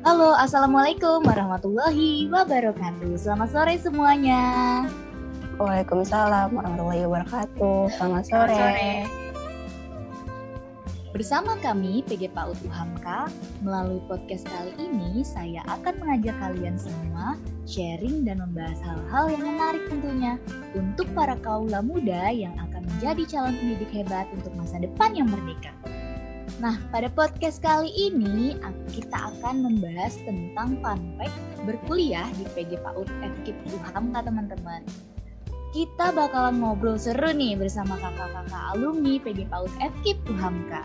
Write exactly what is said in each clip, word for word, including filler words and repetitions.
Halo, Assalamualaikum warahmatullahi wabarakatuh. Selamat sore semuanya. Waalaikumsalam warahmatullahi wabarakatuh. Selamat sore. Selamat sore. Bersama kami P G PAUD U H A M K, melalui podcast kali ini saya akan mengajak kalian semua sharing dan membahas hal-hal yang menarik tentunya untuk para kaula muda yang akan menjadi calon pendidik hebat untuk masa depan yang merdeka. Nah, pada podcast kali ini kita akan membahas tentang fun fact berkuliah di P G PAUD F K I P U H A M K, teman-teman. Kita bakalan ngobrol seru nih bersama kakak-kakak alumni P G PAUD F K I P U H A M K.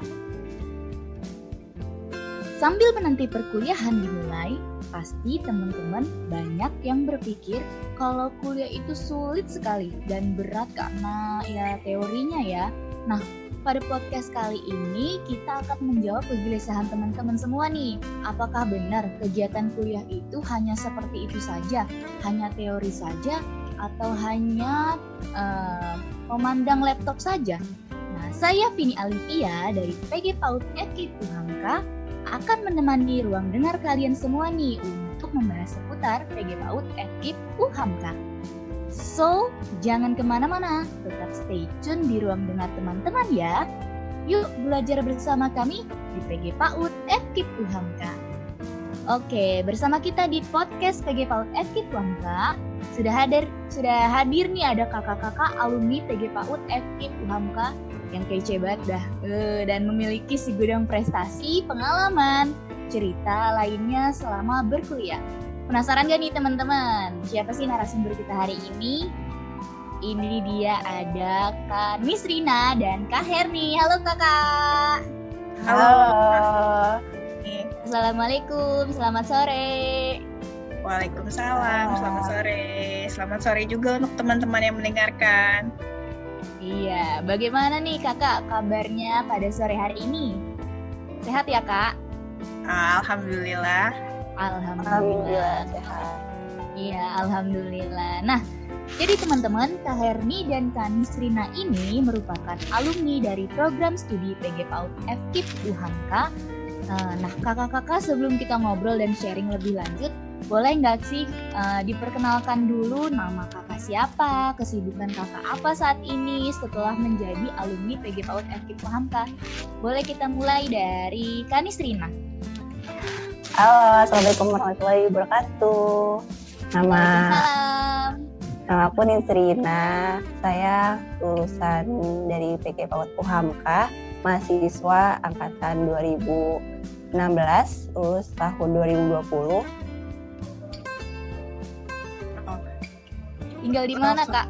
Sambil menanti perkuliahan dimulai, pasti teman-teman banyak yang berpikir kalau kuliah itu sulit sekali dan berat karena ya teorinya ya. Nah, pada podcast kali ini kita akan menjawab kegelisahan teman-teman semua nih. Apakah benar kegiatan kuliah itu hanya seperti itu saja, hanya teori saja, atau hanya uh, memandang laptop saja? Nah, saya Vini Alivia dari P G PAUD F K I P U H A M K akan menemani ruang dengar kalian semua nih untuk membahas seputar P G PAUD F K I P U H A M K. So, jangan kemana-mana, tetap stay tune di ruang dengar teman-teman ya. Yuk belajar bersama kami di P G PAUD F K I P U H A M K. Oke, bersama kita di podcast P G PAUD F K I P U H A M K sudah hadir sudah hadir nih ada kakak-kakak alumni P G PAUD F K I P U H A M K yang kece banget dah uh, dan memiliki segudang prestasi, pengalaman, cerita lainnya selama berkuliah. Penasaran gak nih teman-teman? Siapa sih narasumber kita hari ini? Ini dia ada Kak Nisrina dan Kak Herni. Halo kakak. Halo. Assalamualaikum, selamat sore. Waalaikumsalam, selamat sore. Selamat sore juga untuk teman-teman yang mendengarkan. Iya, bagaimana nih kakak kabarnya pada sore hari ini? Sehat ya kak? Alhamdulillah. Alhamdulillah. Sehat. Iya, alhamdulillah. Nah, jadi teman-teman, Kak Herni dan Kak Nisrina ini merupakan alumni dari program studi P G PAUD F K I P U H A M K. Nah, kakak-kakak sebelum kita ngobrol dan sharing lebih lanjut, boleh nggak sih uh, diperkenalkan dulu nama kakak siapa, kesibukan kakak apa saat ini setelah menjadi alumni P G PAUD F K I P U H A M K? Boleh kita mulai dari Kak Nisrina. Halo, Assalamualaikum warahmatullahi wabarakatuh. Nama Nama aku Nisrina. Saya lulusan dari P G PAUD U H A M K, mahasiswa angkatan dua ribu enam belas, lulus tahun dua ribu dua puluh. Tinggal di mana, Kak?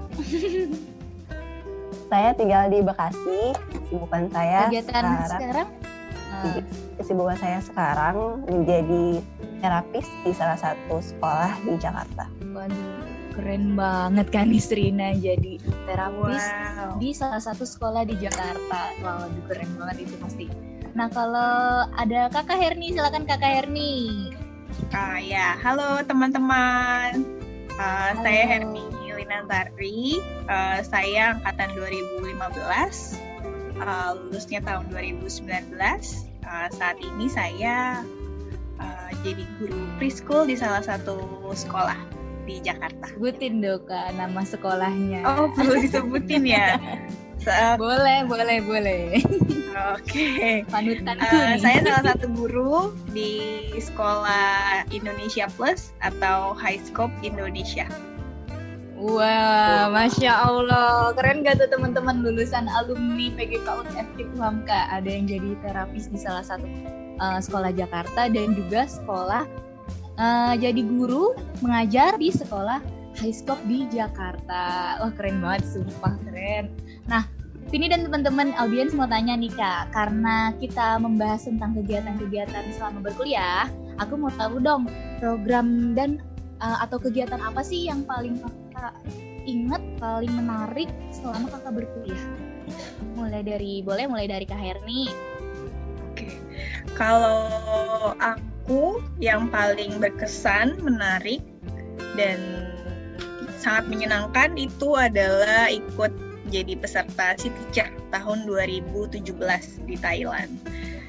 Saya tinggal di Bekasi. Kesibukan saya Kegiatan sekarang, sekarang? Uh. Kesibukan saya sekarang menjadi terapis di salah satu sekolah di Jakarta. Waduh, keren banget kan Nisrina jadi terapis Wow. di salah satu sekolah di Jakarta. Wow, keren banget itu pasti. Nah, kalau ada Kakak Herni, silakan Kakak Herni. Ah ya, halo teman-teman. Uh, Halo. Saya Herni Linantari. Uh, saya angkatan dua ribu lima belas. Uh, lulusnya tahun dua ribu sembilan belas. Uh, saat ini saya uh, jadi guru preschool di salah satu sekolah di Jakarta. Sebutin dong Kak nama sekolahnya. Oh, perlu disebutin ya? Se- Boleh, boleh, boleh. Oke. Panutanku Uh, nih. saya salah satu guru di Sekolah Indonesia Plus atau High Scope Indonesia. Wah, Masya Allah. Keren gak tuh teman-teman lulusan alumni P G PAUD F K I P U H A M K. Ada yang jadi terapis di salah satu uh, sekolah Jakarta dan juga sekolah uh, jadi guru mengajar di sekolah High Scope di Jakarta. Wah, keren banget, sumpah keren. Nah, Vini dan teman-teman audiens mau tanya nih Kak, karena kita membahas tentang kegiatan-kegiatan selama berkuliah, aku mau tahu dong program dan uh, atau kegiatan apa sih yang paling kakak ingat, paling menarik selama kakak berkuliah? Mulai dari, boleh mulai dari Kak Herni. Oke, kalau aku yang paling berkesan, menarik, dan sangat menyenangkan itu adalah ikut jadi peserta Sea Teacher tahun dua ribu tujuh belas di Thailand.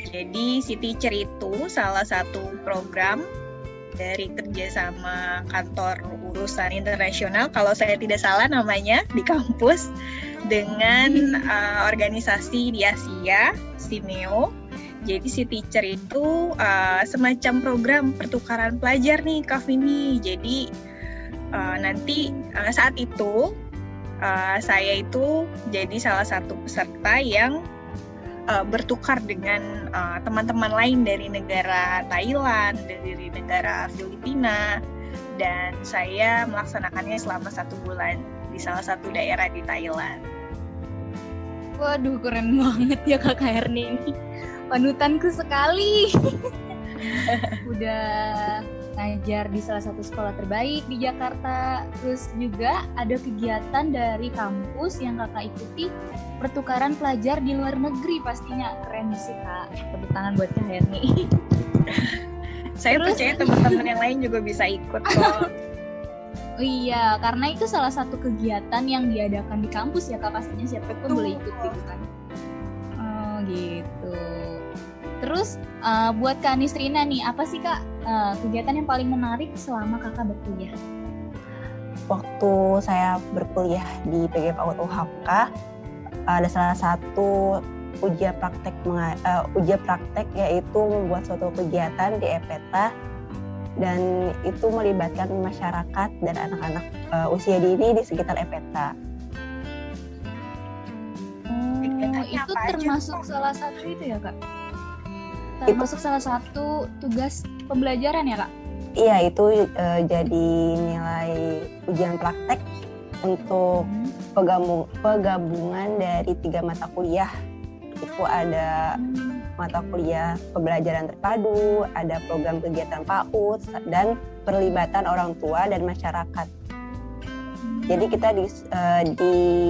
Jadi si Teacher itu salah satu program dari kerjasama kantor urusan internasional, kalau saya tidak salah namanya, di kampus, dengan uh, organisasi di Asia, Simeo. Jadi si Teacher itu uh, semacam program pertukaran pelajar nih, Kak Vini. Jadi uh, nanti uh, saat itu uh, saya itu jadi salah satu peserta yang Uh, bertukar dengan uh, teman-teman lain dari negara Thailand, dari negara Filipina, dan saya melaksanakannya selama satu bulan di salah satu daerah di Thailand. Waduh, keren banget ya Kakak Herni ini. Panutanku sekali. Udah ngajar di salah satu sekolah terbaik di Jakarta. Terus juga ada kegiatan dari kampus yang Kakak ikuti, pertukaran pelajar di luar negeri. Pastinya keren sih Kak. Tepuk tangan buat Kak Herni. Saya Terus, percaya teman-teman yang lain juga bisa ikut kok. Oh iya, karena itu salah satu kegiatan yang diadakan di kampus ya Kak. Pastinya siapa pun boleh ikut gitu kan. Oh gitu. Terus uh, buat Kak Nisrina nih, apa sih Kak uh, kegiatan yang paling menarik selama Kakak berkuliah? Waktu saya berkuliah di P G PAUD U H K, ada salah satu ujian praktek uh, ujian praktek yaitu membuat suatu kegiatan di E P T A, dan itu melibatkan masyarakat dan anak-anak uh, usia dini di sekitar E P T A. Oh, itu termasuk aja, salah satu itu ya Kak? Termasuk itu salah satu tugas pembelajaran ya Kak? Iya, itu uh, jadi nilai ujian praktek untuk hmm. pegabung, pegabungan dari tiga mata kuliah. Itu ada hmm. mata kuliah pembelajaran terpadu, ada program kegiatan PAUD, dan perlibatan orang tua dan masyarakat. Hmm. Jadi kita di, uh, di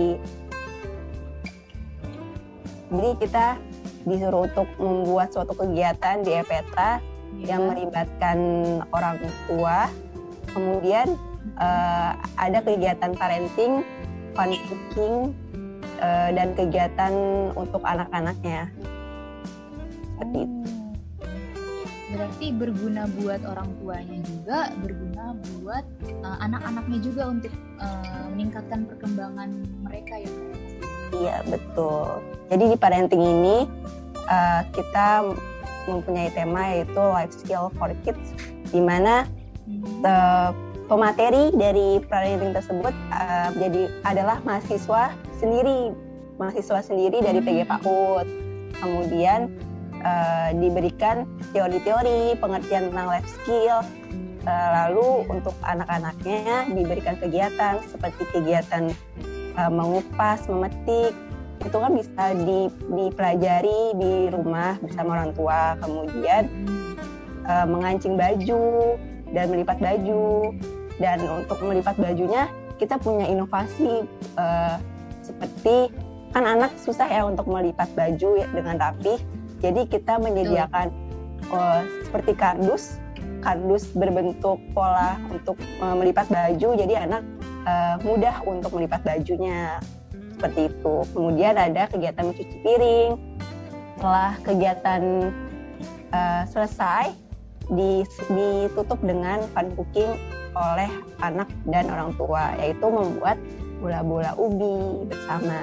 jadi kita disuruh untuk membuat suatu kegiatan di E P T A yeah. yang melibatkan orang tua. Kemudian uh, ada kegiatan parenting, fun cooking, uh, dan kegiatan untuk anak-anaknya. Seperti oh. itu. Berarti berguna buat orang tuanya juga, berguna buat uh, anak-anaknya juga untuk uh, meningkatkan perkembangan mereka ya. Iya, betul. Jadi di parenting ini uh, kita mempunyai tema yaitu Life Skill for Kids, di mana uh, pemateri dari parenting tersebut uh, jadi adalah mahasiswa sendiri, mahasiswa sendiri dari P G PAUD. Kemudian uh, diberikan teori-teori pengertian tentang life skill. Uh, lalu untuk anak-anaknya diberikan kegiatan seperti kegiatan uh, mengupas, memetik. Itu kan bisa dipelajari di rumah bersama orang tua. Kemudian uh, mengancing baju dan melipat baju. Dan untuk melipat bajunya kita punya inovasi uh, seperti kan anak susah ya untuk melipat baju ya, dengan rapi. Jadi kita menyediakan uh, seperti kardus, kardus berbentuk pola untuk uh, melipat baju. Jadi anak uh, mudah untuk melipat bajunya. Seperti itu. Kemudian ada kegiatan mencuci piring. Setelah kegiatan uh, selesai, ditutup dengan fun cooking oleh anak dan orang tua, yaitu membuat bola-bola ubi bersama.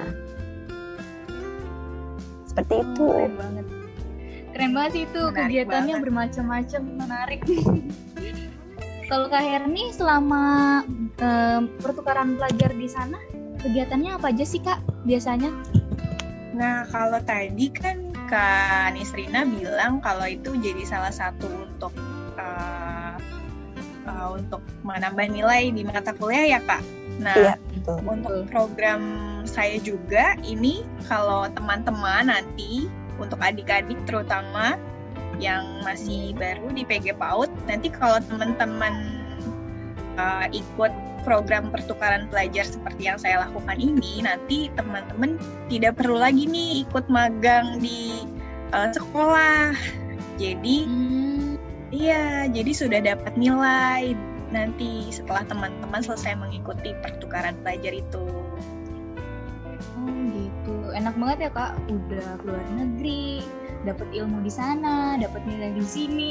Seperti itu. Oh, keren banget. Keren banget sih itu, menarik kegiatannya banget. Bermacam-macam, menarik. Kalau Kak Herni selama um, pertukaran pelajar di sana, kegiatannya apa aja sih Kak biasanya? Nah, kalau tadi kan Kak Nisrina bilang kalau itu jadi salah satu untuk uh, uh, untuk menambah nilai di mata kuliah ya Kak. Nah, iya, betul. Untuk program saya juga ini kalau teman-teman nanti untuk adik-adik terutama yang masih baru di P G PAUD, nanti kalau teman-teman uh, ikut program pertukaran pelajar seperti yang saya lakukan ini, nanti teman-teman tidak perlu lagi nih ikut magang di uh, sekolah. Jadi, hmm. iya, jadi sudah dapat nilai nanti setelah teman-teman selesai mengikuti pertukaran pelajar itu. Oh gitu, enak banget ya Kak, udah keluar negeri, dapat ilmu di sana, dapat nilai di sini.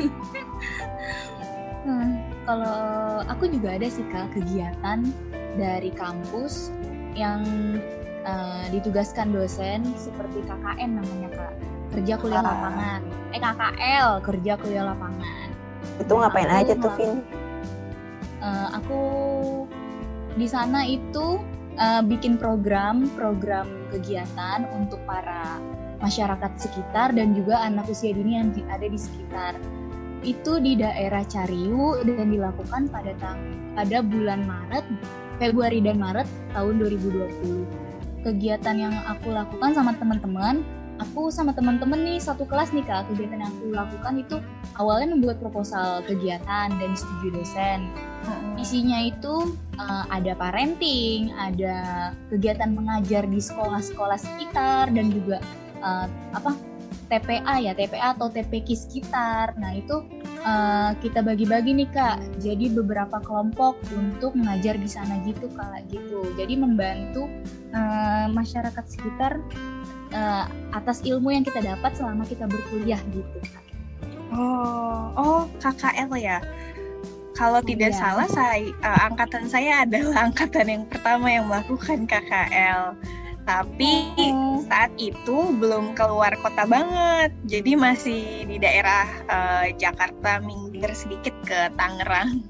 Nah, kalau aku juga ada sih Kak kegiatan dari kampus yang uh, ditugaskan dosen seperti K K N namanya Kak, kerja kuliah Ah. lapangan. Eh K K L, kerja kuliah lapangan. Itu ngapain Aku aja tuh, ngelak- Vin? Uh, aku di sana itu uh, bikin program program kegiatan untuk para masyarakat sekitar dan juga anak usia dini yang di- ada di sekitar. Itu di daerah Cariu dan dilakukan pada tang- pada bulan Maret, Februari dan Maret tahun dua ribu dua puluh. Kegiatan yang aku lakukan sama teman-teman, aku sama teman-teman nih satu kelas nih Kak, kegiatan yang aku lakukan itu awalnya membuat proposal kegiatan dan disetujui dosen. Isinya itu uh, ada parenting, ada kegiatan mengajar di sekolah-sekolah sekitar dan juga uh, apa T P A ya, T P A atau T P K sekitar. Nah itu uh, kita bagi-bagi nih Kak, jadi beberapa kelompok untuk mengajar di sana gitu Kak, gitu. Jadi membantu uh, masyarakat sekitar uh, atas ilmu yang kita dapat selama kita berkuliah gitu Kak. Oh, oh K K L ya. Kalau tidak Iya. salah, saya uh, angkatan saya adalah angkatan yang pertama yang melakukan K K L. Tapi Oh. saat itu belum keluar kota banget, jadi masih di daerah uh, Jakarta, minggir sedikit ke Tangerang.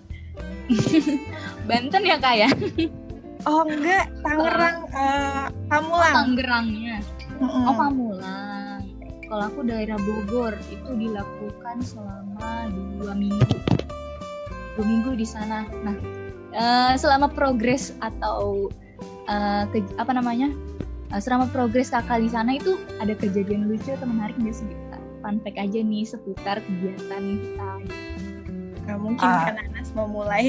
Banten ya Kak ya? Oh enggak, Tangerang, uh, Pamulang. Tangerangnya. Mm-mm. Oh Pamulang. Kalau aku daerah Bogor itu dilakukan selama dua minggu. Dua minggu di sana. Nah, eh, selama progres atau eh, ke, apa namanya? Eh, selama progres kakak di sana itu ada kejadian lucu atau menarik nggak sih Kak? Fun fact aja nih seputar kegiatan kita. Nah, mungkin Ah. kan Anas mau mulai.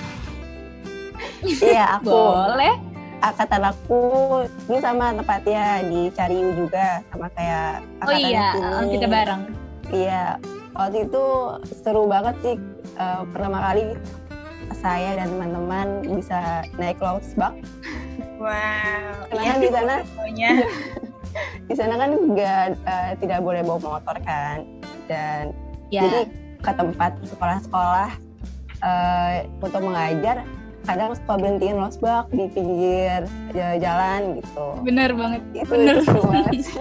Iya, aku. Boleh. Angkatan aku ini sama tempatnya di Cariu juga, sama kayak Oh angkatan iya, sini. eh, kita bareng. Iya, waktu itu seru banget sih. Uh, pertama kali saya dan teman-teman bisa naik Losbak. Wow, Karena kan di sana pokoknya. di sana kan nggak uh, tidak boleh bawa motor kan, dan Ya. jadi ke tempat sekolah-sekolah uh, untuk mengajar kadang suka berhentiin Losbak di pinggir uh, jalan gitu. Bener banget. Itu, Bener. itu seru banget sih.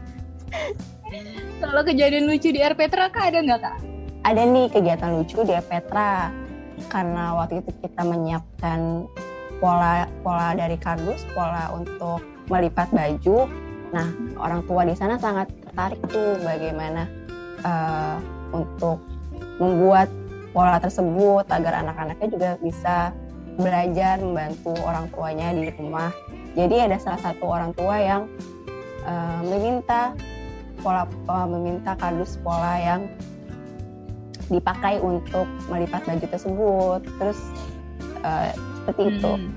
Kalau kejadian lucu di R Petra Kak ada nggak Kak? Ada nih kegiatan lucu di Petra karena waktu itu kita menyiapkan pola pola dari kardus, pola untuk melipat baju. Nah, orang tua di sana sangat tertarik tuh bagaimana uh, untuk membuat pola tersebut agar anak-anaknya juga bisa belajar membantu orang tuanya di rumah. Jadi ada salah satu orang tua yang uh, meminta pola uh, meminta kardus pola yang dipakai untuk melipat baju tersebut. Terus uh, seperti itu. Hmm.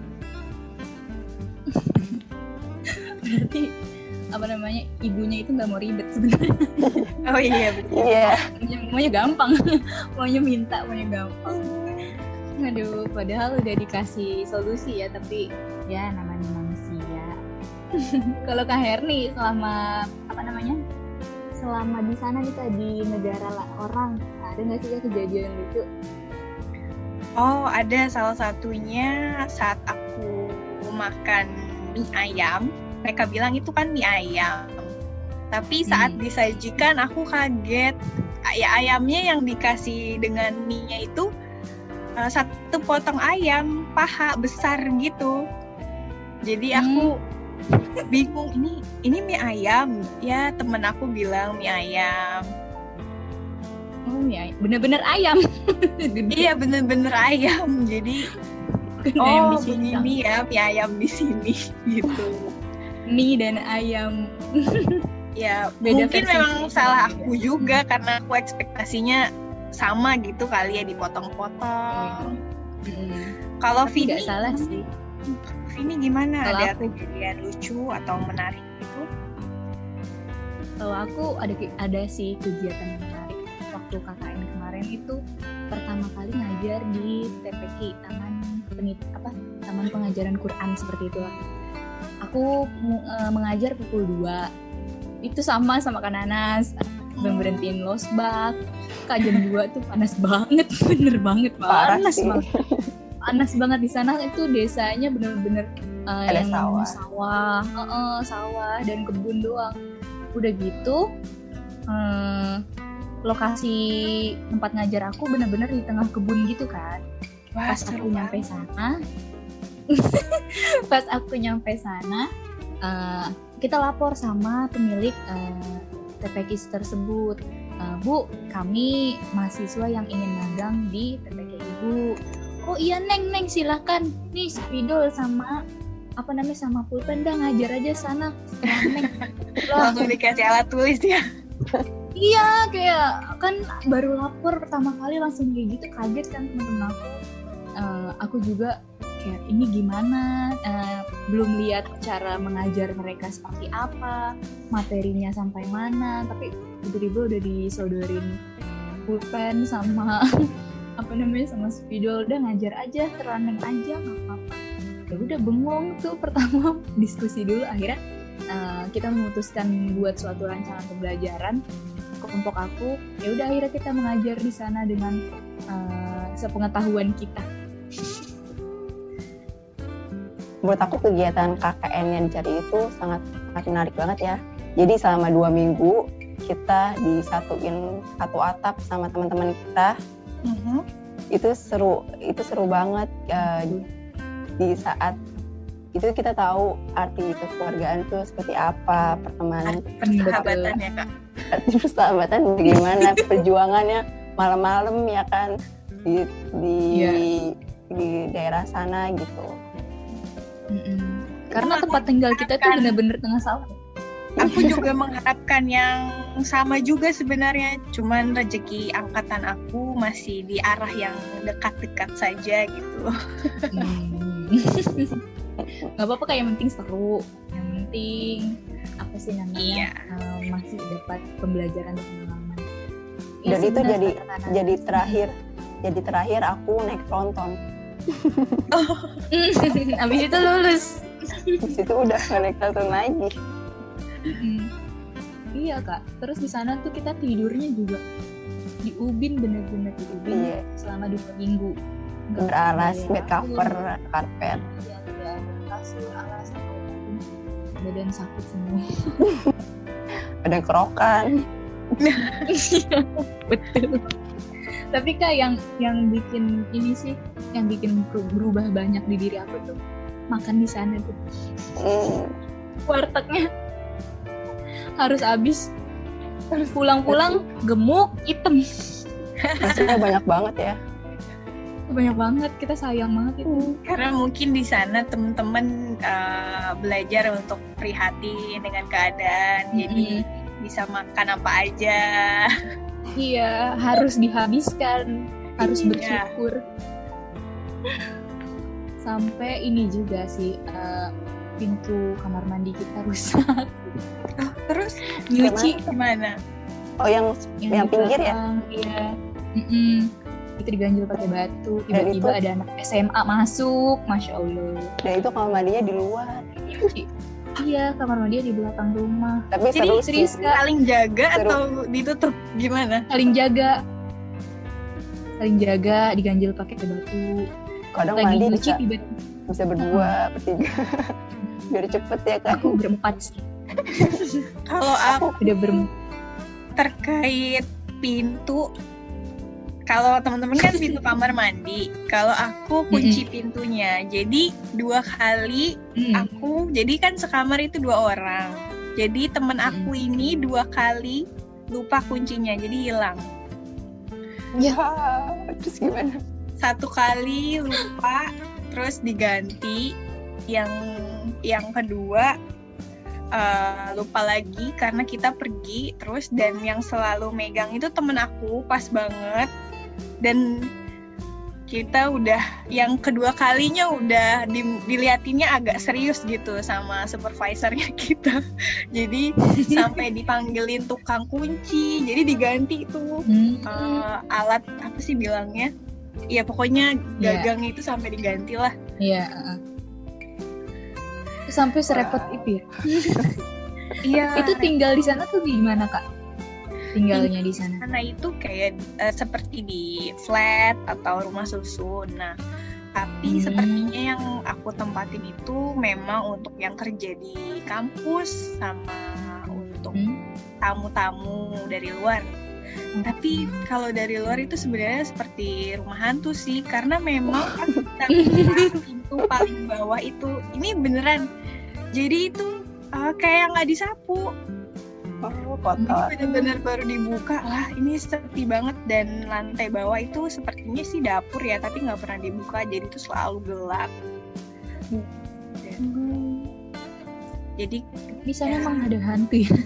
Berarti apa namanya ibunya itu nggak mau ribet sebenarnya. Oh iya betul. Iya. maunya, maunya gampang, maunya minta, maunya gampang. Aduh, padahal udah dikasih solusi ya, tapi ya namanya manusia. Kalau Kak Herni selama apa namanya selama di sana nih Kak, di negara la- orang, ada nggak sih Kak kejadian lucu? Oh, ada salah satunya saat aku makan mie ayam. Mereka bilang itu kan mie ayam. Tapi saat Hmm. disajikan aku kaget. Ya, ayamnya yang dikasih dengan mie-nya itu uh, satu potong ayam paha besar gitu. Jadi aku bingung, ini ini mie ayam. Ya, temen aku bilang mie ayam. Oh ya, bener-bener ayam. Gede. Iya, bener-bener ayam. Jadi Bukan ayam oh di sini. begini ya mie ayam di sini gitu. Mie dan ayam. Ya Beda mungkin versi memang sih, salah beda. aku juga karena aku ekspektasinya sama gitu kali ya, dipotong-potong. Hmm. Kalau Tapi Vini, nggak salah sih. Vini gimana? Kalau Ada aku- kejadian lucu atau menarik gitu? Kalau aku ada ada sih kegiatan yang menarik waktu K K N kemarin itu pertama kali ngajar di T P K Taman Penit apa Taman Pengajaran Quran seperti itulah. Aku mu- eh, mengajar pukul dua itu sama sama Kak Nanas, belum berhentiin losbak. Kak jam dua tuh panas banget, bener banget panas banget. Panas banget di sana, itu desanya bener-bener uh, ada yang sawah, sawah, uh, uh, sawah dan kebun doang. Udah gitu, uh, lokasi tempat ngajar aku bener-bener di tengah kebun gitu kan. Wah, Pas aku nyampe sana, pas aku nyampe sana, uh, kita lapor sama pemilik uh, T P K I S tersebut. Uh, Bu, kami mahasiswa yang ingin magang di T P K I Bu. Oh iya Neng, Neng silakan. Nih spidol sama apa namanya sama pulpen, dah ngajar aja sana. Neng. Langsung dikasih alat tulis ya. Iya, kayak kan baru lapor pertama kali langsung kayak gitu, kaget kan teman-teman aku. Uh, aku juga kayak ini gimana, uh, belum lihat cara mengajar mereka seperti apa, materinya sampai mana, tapi tiba-tiba udah disodorin pulpen sama apa namanya sama spidol, udah ngajar aja, terandeng aja nggak apa-apa. Ya udah bengong tuh pertama, diskusi dulu, akhirnya uh, kita memutuskan buat suatu rancangan pembelajaran kelompok aku. Ya udah akhirnya kita mengajar di sana dengan uh, sepengetahuan kita. Menurut aku kegiatan K K N yang dicari itu sangat, sangat menarik banget ya. Jadi selama dua minggu kita disatuin satu atap sama teman-teman kita. Mm-hmm. Itu seru, itu seru banget. Ya, di saat itu kita tahu arti kekeluargaan itu seperti apa, pertemanan, persahabatan ya Kak. Arti persahabatan bagaimana, perjuangannya malam-malam ya kan di di yeah. di daerah sana gitu. Mm-mm. Karena tempat tinggal kita tuh benar-benar tengah sawah. Aku juga mengharapkan yang sama juga sebenarnya, cuman rezeki angkatan aku masih di arah yang dekat-dekat saja gitu. Hmm. Gak apa-apa, kayak yang penting seru, yang penting apa sih namanya, iya. uh, masih dapat pembelajaran dan pengalaman. Dan ya, itu jadi jadi terakhir, jadi terakhir aku naik tronton. Oh. Abis itu lulus. Abis itu udah gak naik tronton lagi. Mm-hmm. Iya Kak, terus di sana tuh kita tidurnya juga di ubin, bener-bener di ubin iya. selama dua minggu. Beralas, bed cover, karpet. Iya, tidak ada kasur, alas, badan sakit semua. Ada kerokan. Betul. Tapi Kak, yang yang bikin ini sih, yang bikin berubah banyak di diri aku tuh makan di sana tuh. Mm. Wartegnya harus habis, pulang-pulang gemuk, hitam. Maksudnya banyak banget ya. Banyak banget, kita sayang banget itu. Karena mungkin di sana teman-teman uh, belajar untuk prihatin dengan keadaan, mm-hmm. jadi bisa makan apa aja. Iya, harus dihabiskan, harus bersyukur. Sampai ini juga sih, uh, pintu kamar mandi kita rusak. Oh, terus nyuci gimana? Oh, yang yang, yang pinggir ya? Iya. Mm-mm. Itu diganjel pakai batu. Tiba-tiba itu, ada anak S M A masuk, masya Allah. Dan itu kamar mandinya di luar. Iya, kamar mandinya di belakang rumah. Tapi jadi serius saling jaga seru. Atau ditutup gimana? Saling jaga. Saling jaga, diganjel pakai batu. Kadang lagi mandi nyuci bisa, tiba-tiba bisa berdua, uh-huh. bertiga. Biar cepet ya kan. Aku berempat sih. Kalau aku udah berempat. Terkait pintu, kalau teman-teman kan pintu kamar mandi, kalau aku kunci mm-hmm. pintunya. Jadi dua kali mm. aku, jadi kan sekamar itu dua orang. Jadi teman aku mm. ini dua kali lupa kuncinya, jadi hilang. Ya, terus gimana? Satu kali lupa, terus diganti. Yang yang kedua uh, lupa lagi karena kita pergi terus, dan yang selalu megang itu temen aku pas banget. Dan kita udah yang kedua kalinya udah di, diliatinnya agak serius gitu sama supervisornya kita. Jadi sampai dipanggilin tukang kunci, jadi diganti tuh hmm. uh, alat apa sih bilangnya? Ya pokoknya gagang yeah. itu sampai diganti lah. Iya. Yeah. Sampai serepot wow. itu ya. Iya. Itu tinggal di sana tuh gimana Kak? Tinggalnya di sana? Karena itu kayak uh, seperti di flat atau rumah susun. Nah, tapi hmm. sepertinya yang aku tempatin itu memang untuk yang kerja di kampus sama untuk hmm. tamu-tamu dari luar. Hmm. Tapi kalau dari luar itu sebenarnya seperti rumah hantu sih, karena memang kita buka pintu paling bawah itu, ini beneran. Jadi itu uh, kayak nggak disapu. Oh, kotor. Benar-benar baru dibuka lah, ini sepi banget, dan lantai bawah itu sepertinya sih dapur ya, tapi nggak pernah dibuka, jadi itu selalu gelap. Dan, hmm. Jadi di sana ya. Emang ada hantu ya?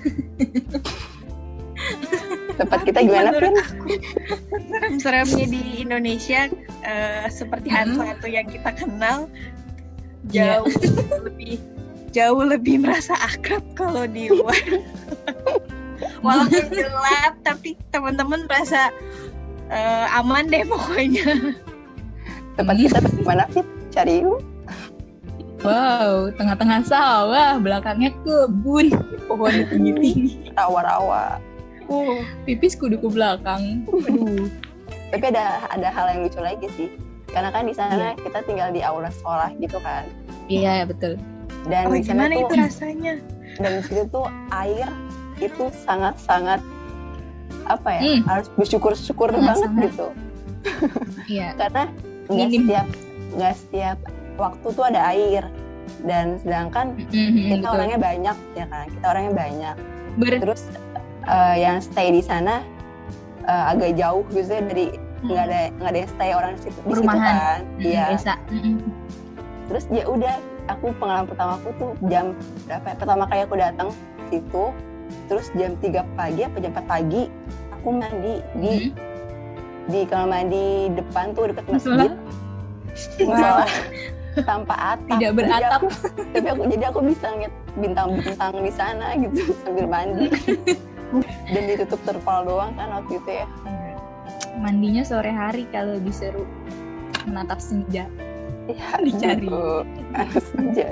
Tempat kita gimana Pin? Serem-seremnya di Indonesia uh, seperti hantu-hantu yang kita kenal jauh yeah. lebih jauh lebih merasa akrab kalau di luar. Walaupun gelap, tapi teman-teman merasa uh, aman deh pokoknya. Tempat kita gimana Fit? Cari yuk. Wow, tengah-tengah sawah, belakangnya kebun, pohon tinggi-tinggi, rawa-rawa. Oh, pipis kudu ke belakang. Aduh. Tapi ada ada hal yang lucu lagi sih. Karena kan di sana yeah. kita tinggal di aula sekolah gitu kan. Iya, yeah, betul. Dan oh, di sana gimana tuh, itu rasanya? Dan di situ tuh air itu sangat-sangat apa ya? Mm. Harus bersyukur-syukur banget sangat. Gitu. Iya. Karena nggak setiap nggak setiap waktu tuh ada air. Dan sedangkan mm-hmm, kita betul. Orangnya banyak ya kan. Kita orangnya banyak. Ber- Terus uh, yang stay di sana uh, agak jauh gitu ya dari nggak mm. ada nggak ada yang stay orang di situ, di situ kan. Iya. Mm-hmm. Terus ya udah. Aku pengalaman pertama aku tuh jam berapa ya? Pertama kali aku datang situ, terus jam tiga pagi apa jam empat pagi aku mandi di hmm. di kamar mandi depan tuh dekat masjid. Wow. Tanpa atap. Tidak beratap. Jadi aku, tapi aku jadi aku bisa ngeliat bintang-bintang di sana gitu sambil mandi. Dan ditutup terpal doang kan waktu itu ya. Mandinya sore hari kalau diseru menatap senja. Ya, dicari harus aja.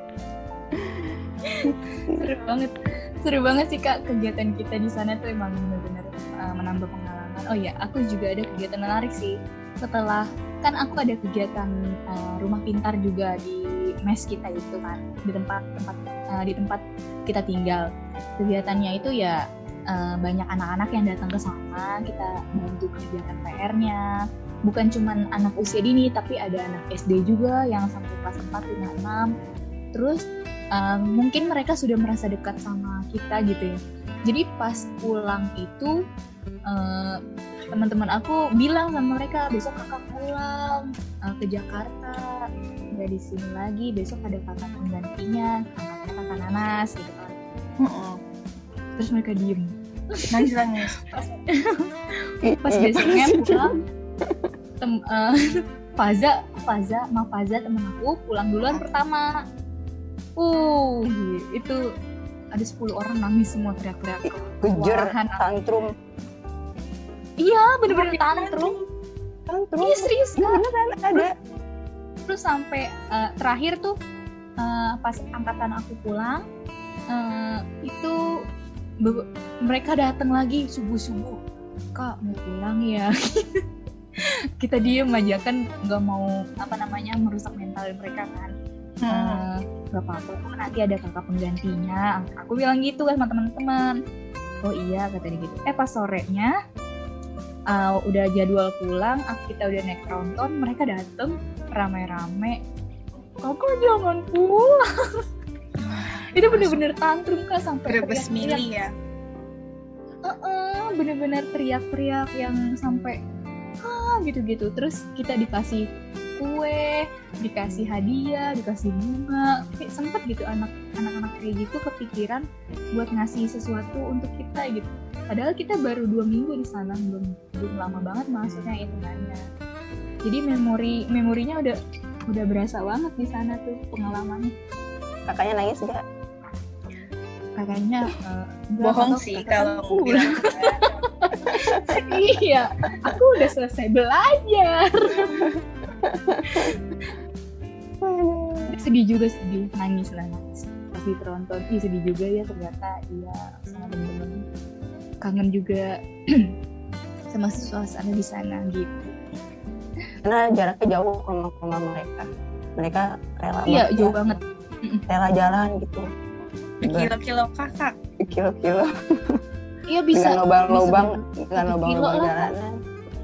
Seru banget, seru banget sih Kak, kegiatan kita di sana tuh emang benar-benar uh, menambah pengalaman. Oh ya, aku juga ada kegiatan menarik sih. Setelah kan aku ada kegiatan uh, rumah pintar juga di mes kita itu kan, di tempat tempat uh, di tempat kita tinggal. Kegiatannya itu ya uh, banyak anak-anak yang datang ke sana, kita bantu kerjakan P R-nya. Bukan cuma anak usia dini, tapi ada anak S D juga yang sampai kelas empat, lima, enam. Terus um, mungkin mereka sudah merasa dekat sama kita gitu ya. Jadi pas pulang itu uh, teman-teman aku bilang sama mereka, besok kakak pulang uh, ke Jakarta, nggak di sini lagi, besok ada kakak penggantinya, anaknya kakak Nanas gitu kan. Uh-uh. Terus mereka diem, nangis-nangis. Pas, pas besoknya pulang, Tem, uh, Faza, Faza, Ma Faza temen aku pulang duluan pertama. Uh, itu ada sepuluh orang nangis semua teriak-teriak. Kejur, tantrum. Iya, bener-bener tantrum. Tantrum. Iya serius kan? Beneran ada. Terus sampai uh, terakhir tuh uh, pas angkatan aku pulang, uh, itu be- mereka datang lagi subuh-subuh. Kak mau pulang ya? Kita diem aja kan, nggak mau apa namanya merusak mental mereka kan. Hmm. Uh, gak apa-apa, nanti ada kakak penggantinya. Aku bilang gitu kan sama teman-teman. Oh iya kata dia gitu. Eh pas sorenya uh, udah jadwal pulang, kita udah naik tronton, mereka dateng rame-rame. Kakak jangan pulang. Itu bener-bener tantrum Kak, sampai berbes mili ya. Uh-uh, bener-bener teriak-teriak yang sampai ah gitu-gitu. Terus kita dikasih kue, dikasih hadiah, dikasih bunga. Sempet gitu anak anak-anak kayak gitu kepikiran buat ngasih sesuatu untuk kita gitu. Padahal kita baru dua minggu di sana, belum belum lama banget maksudnya hitungannya. Jadi memori memorinya udah udah berasa banget di sana tuh pengalamannya. Kakaknya nangis nggak? Kakaknya uh, bohong sih kalau mau bilang. Iya, aku udah selesai belajar. Sedih juga, sedih, nangis lah nangis pas masih teronton. Ih, sedih juga ya ternyata dia sama temen-temen. Kangen juga sama suasana di sana gitu. Karena jaraknya jauh ke rumah mereka. Mereka rela iya jauh banget. Rela jalan gitu. Kilo-kilo kakak. Kilo-kilo. Iya bisa. Dengan lubang-lubang, dengan lubang-lubang jalanan.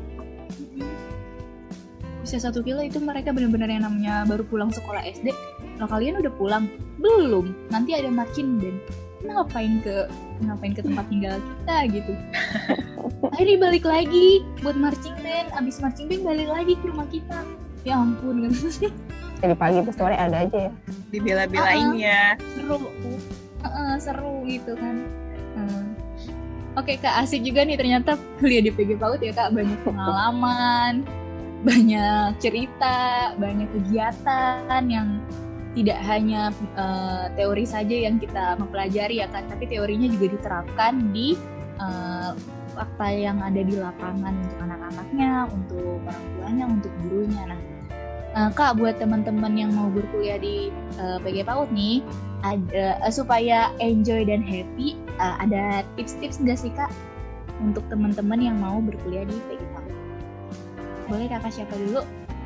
Bisa satu kilo itu mereka benar-benar yang namanya baru pulang sekolah S D. Nah kalian udah pulang? Belum. Nanti ada marching band. Ngapain ke ngapain ke tempat tinggal kita gitu. Akhirnya balik lagi buat marching band. Abis marching band balik lagi ke rumah kita. Ya ampun kan. Jadi pagi tuh sore ada aja ya. Dibela-belain uh-uh. ya. Seru. Uh-uh, seru gitu kan. Uh. Oke Kak, asik juga nih ternyata kuliah di P G PAUD ya Kak. Banyak pengalaman, banyak cerita, banyak kegiatan yang tidak hanya uh, teori saja yang kita mempelajari ya Kak, tapi teorinya juga diterapkan di uh, fakta yang ada di lapangan untuk anak-anaknya, untuk orang tuanya, untuk gurunya. Nah, uh, Kak, buat teman-teman yang mau berkuliah di uh, P G PAUD nih, ada uh, supaya enjoy dan happy, uh, ada tips-tips nggak sih Kak untuk teman-teman yang mau berkuliah di P G PAUD? Boleh kakak siapa dulu?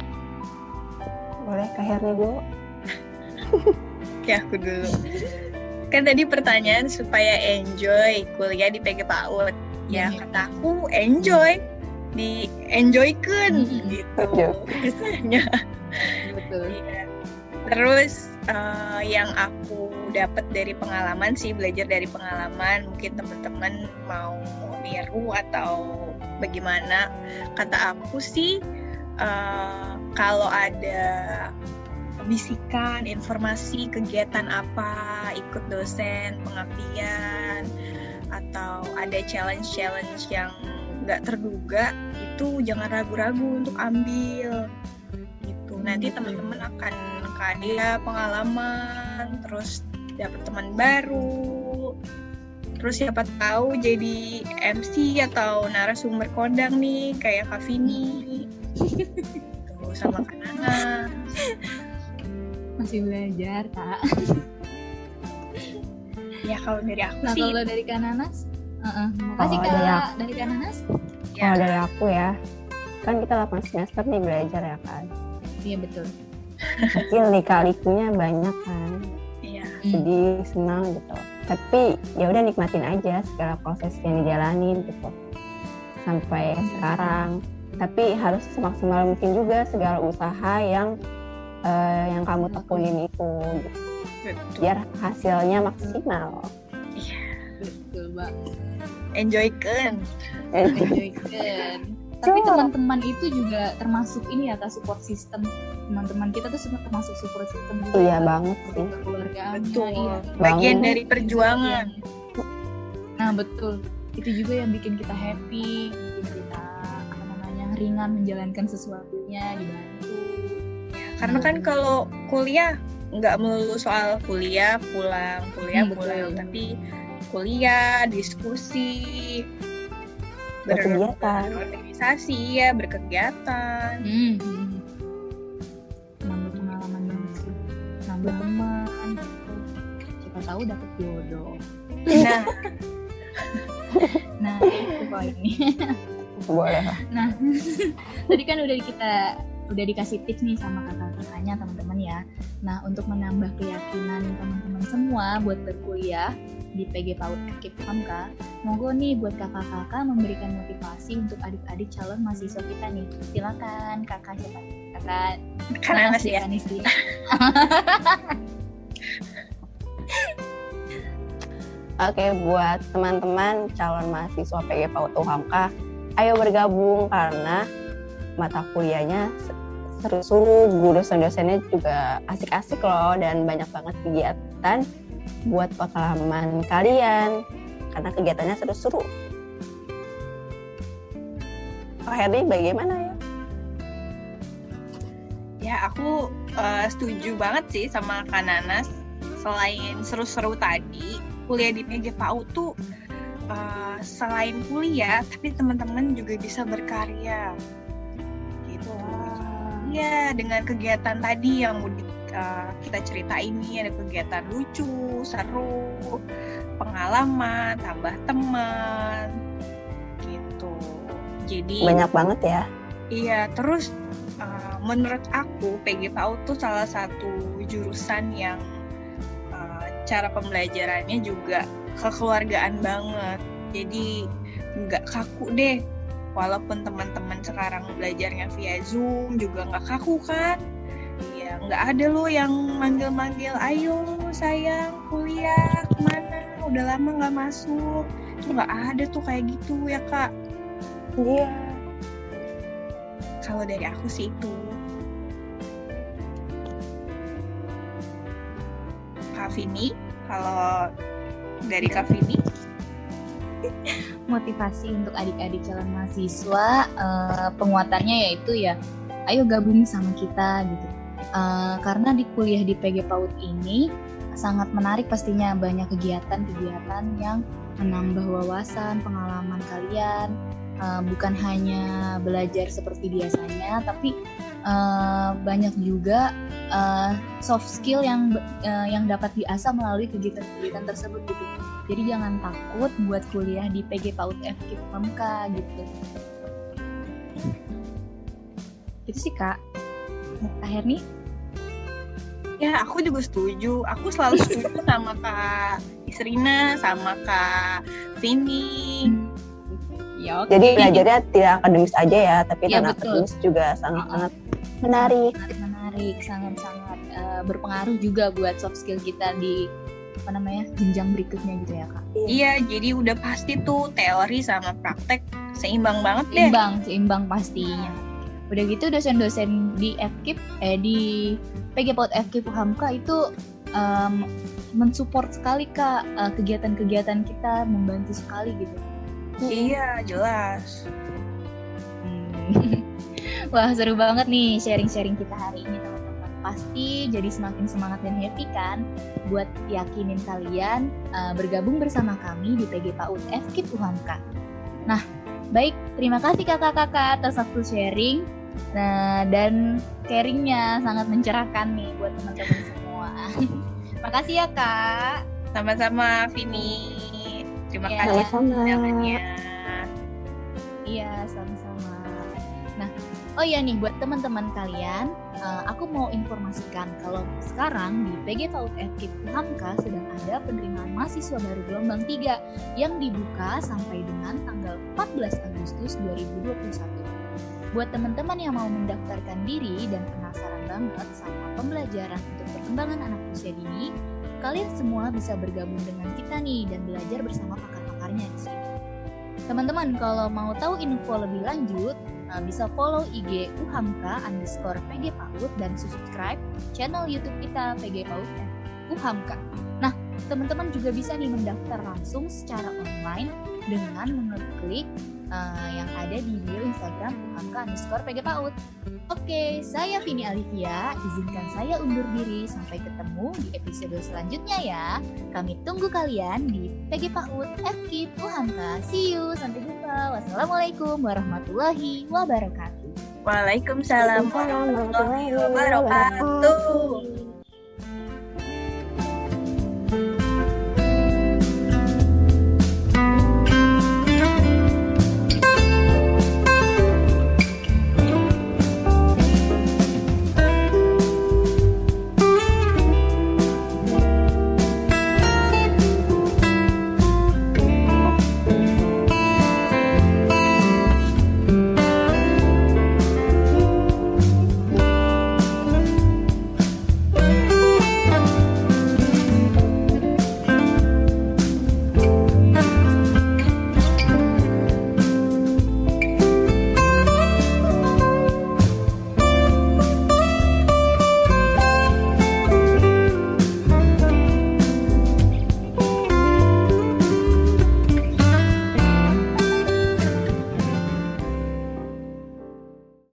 Boleh Kak Herni dulu. Oke, aku dulu. Kan tadi pertanyaan supaya enjoy kuliah di P G PAUD. Ya, ya kata aku enjoy. Di enjoykan mm-hmm. gitu. Biasanya. Betul. Ya. Terus uh, yang aku dapat dari pengalaman sih, belajar dari pengalaman, mungkin teman-teman mau niru atau bagaimana. Kata aku sih uh, kalau ada bisikan informasi kegiatan apa, ikut dosen pengabdian, atau ada challenge-challenge yang nggak terduga, itu jangan ragu-ragu untuk ambil gitu. Nanti teman-teman akan kaya pengalaman, terus dapat teman baru, terus siapa tahu jadi M C atau narasumber kondang nih kayak Kak Vini gitu, sama Kak Nana. Masih belajar Kak. Ya kalau dari aku nah, sih. Kalau dari Kak Nanas, uh-uh. makasih oh, Kak dari, dari Kak Nanas. Ya. Oh dari aku ya, kan kita delapan semester nih belajar ya kan. Iya betul. Pasti lika-likunya banyak kan. Iya. Sedih, senang gitu. Tapi ya udah nikmatin aja segala proses yang dijalanin gitu sampai hmm. sekarang. Tapi harus semaksimal mungkin juga segala usaha yang uh, yang kamu tekunin itu. Gitu. Betul. Biar hasilnya maksimal. Iya. Betul banget. Enjoykan. Enjoykan. Tapi teman-teman itu juga termasuk ini ya Kak, support system. Teman-teman kita tuh termasuk support system juga. Iya banget sih. Keluarga. Betul. Iya. Bagian banget. dari perjuangan. Nah betul. Itu juga yang bikin kita happy, bikin kita apa namanya ringan menjalankan sesuatunya, dibantu. Ya, karena kan kalau kuliah nggak melulu soal kuliah pulang, kuliah hmm, pulang, betul. Tapi kuliah, diskusi, berkegiatan, berorganisasi ya, berkegiatan. Hmm. Nambah pengalaman banget sih, nambah teman, siapa tahu dapet jodoh. Nah, nah itu poinnya. Boleh. Nah, tadi kan udah kita udah dikasih tips nih sama kakak-kakaknya teman-teman ya. Nah, untuk menambah keyakinan teman-teman semua buat berkuliah di P G PAUD Akip Hamka, monggo nih buat kakak-kakak memberikan motivasi untuk adik-adik calon mahasiswa kita nih. Silakan kakak siapa? Kakak karena sih ya. Oke, buat teman-teman calon mahasiswa P G PAUD U Hamka, ayo bergabung karena mata kuliahnya seru-seru, guru dosen-dosennya juga asik-asik loh, dan banyak banget kegiatan buat pengalaman kalian karena kegiatannya seru-seru. Pak Herdi bagaimana ya? Ya aku uh, setuju banget sih sama Kak Nanas. Selain seru-seru tadi, kuliah di P G PAUD tuh uh, selain kuliah, tapi teman-teman juga bisa berkarya. Gitu. Iya, dengan kegiatan tadi yang uh, kita ceritain nih ada kegiatan lucu, seru, pengalaman, tambah teman gitu. Jadi banyak banget ya. Iya, terus uh, menurut aku P G PAUD tuh salah satu jurusan yang uh, cara pembelajarannya juga kekeluargaan banget. Jadi nggak kaku deh. Walaupun teman-teman sekarang belajarnya via Zoom juga nggak kaku kan? Iya, nggak ada loh yang manggil-manggil, ayo sayang kuliah kemana? Udah lama nggak masuk. Itu nggak ada tuh kayak gitu ya Kak. Iya. Kalau dari aku sih itu. Kak Vini, kalau dari Kak Vini? Motivasi untuk adik-adik calon mahasiswa, uh, penguatannya yaitu ya, ayo gabung sama kita gitu. Uh, karena di kuliah di P G PAUD ini sangat menarik pastinya, banyak kegiatan-kegiatan yang menambah wawasan, pengalaman kalian. Uh, bukan hanya belajar seperti biasanya, tapi uh, banyak juga uh, soft skill yang uh, yang dapat diasah melalui kegiatan-kegiatan tersebut gitu. Jadi jangan takut buat kuliah di P G PAUD F K I P U H A M K gitu. Itu sih Kak. Kak Herni? Ya, aku juga setuju. Aku selalu setuju sama Kak Isrina, sama Kak Vini. Hmm. Ya, okay. Jadi belajarnya tidak akademis aja ya, tapi ya, non akademis juga sangat-sangat menarik. Sangat menarik, sangat-sangat uh, berpengaruh juga buat soft skill kita di apa namanya jenjang berikutnya gitu ya Kak. Iya, jadi udah pasti tuh teori sama praktek seimbang banget deh. Seimbang, seimbang pastinya. Udah gitu dosen-dosen di F K I P eh di P G PAUD F K I P U H A M K itu um, mensupport sekali Kak uh, kegiatan-kegiatan kita, membantu sekali gitu. Iya, jelas. Hmm. Wah, seru banget nih sharing-sharing kita hari ini teman-teman. Pasti jadi semakin semangat dan happy kan buat yakinin kalian uh, bergabung bersama kami di P G PAUD F K I P U H A M K. Nah, baik, terima kasih kakak-kakak atas waktu sharing. Nah, dan sharingnya sangat mencerahkan nih buat teman-teman semua. Makasih ya Kak. Sama-sama Vini. Terima ya, kasih undangannya. Iya, sama-sama. Nah, oh ya nih buat teman-teman kalian, uh, aku mau informasikan kalau sekarang di P G PAUD F K I P U H A M K sedang ada penerimaan mahasiswa baru gelombang tiga yang dibuka sampai dengan tanggal empat belas Agustus dua ribu dua puluh satu. Buat teman-teman yang mau mendaftarkan diri dan penasaran banget sama pembelajaran untuk perkembangan anak usia dini, kalian semua bisa bergabung dengan kita nih dan belajar bersama pakar-pakarnya di sini. Teman-teman, kalau mau tahu info lebih lanjut, bisa follow I G U H A M K underscore P G PAUD dan subscribe channel YouTube kita P G PAUD U H A M K. Nah, teman-teman juga bisa nih mendaftar langsung secara online dengan mengeklik uh, yang ada di bio Instagram U H A M K underscore P G PAUD. Oke, saya Vini Alivia, izinkan saya undur diri. Sampai ketemu di episode selanjutnya ya. Kami tunggu kalian di P G PAUD F K I P U H A M K. See you, sampai jumpa. Wassalamualaikum warahmatullahi wabarakatuh. Waalaikumsalam warahmatullahi wabarakatuh.